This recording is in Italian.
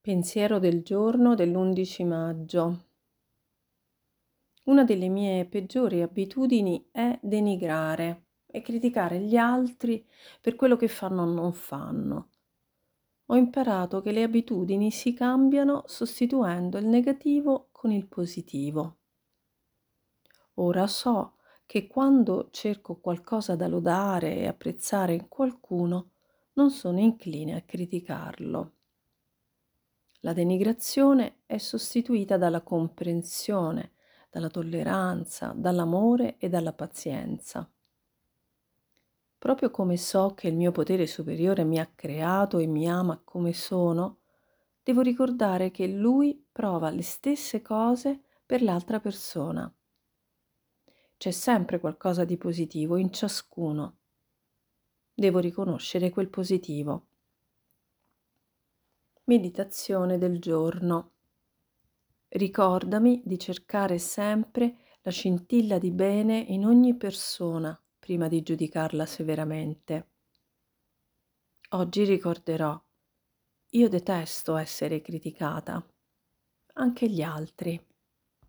Pensiero del giorno dell'11 maggio. Una delle mie peggiori abitudini è denigrare e criticare gli altri per quello che fanno o non fanno. Ho imparato che le abitudini si cambiano sostituendo il negativo con il positivo. Ora so che quando cerco qualcosa da lodare e apprezzare in qualcuno, non sono incline a criticarlo. La denigrazione è sostituita dalla comprensione, dalla tolleranza, dall'amore e dalla pazienza. Proprio come so che il mio potere superiore mi ha creato e mi ama come sono, devo ricordare che lui prova le stesse cose per l'altra persona. C'è sempre qualcosa di positivo in ciascuno. Devo riconoscere quel positivo. Meditazione del giorno. Ricordami di cercare sempre la scintilla di bene in ogni persona prima di giudicarla severamente. Oggi ricorderò, io detesto essere criticata, anche gli altri.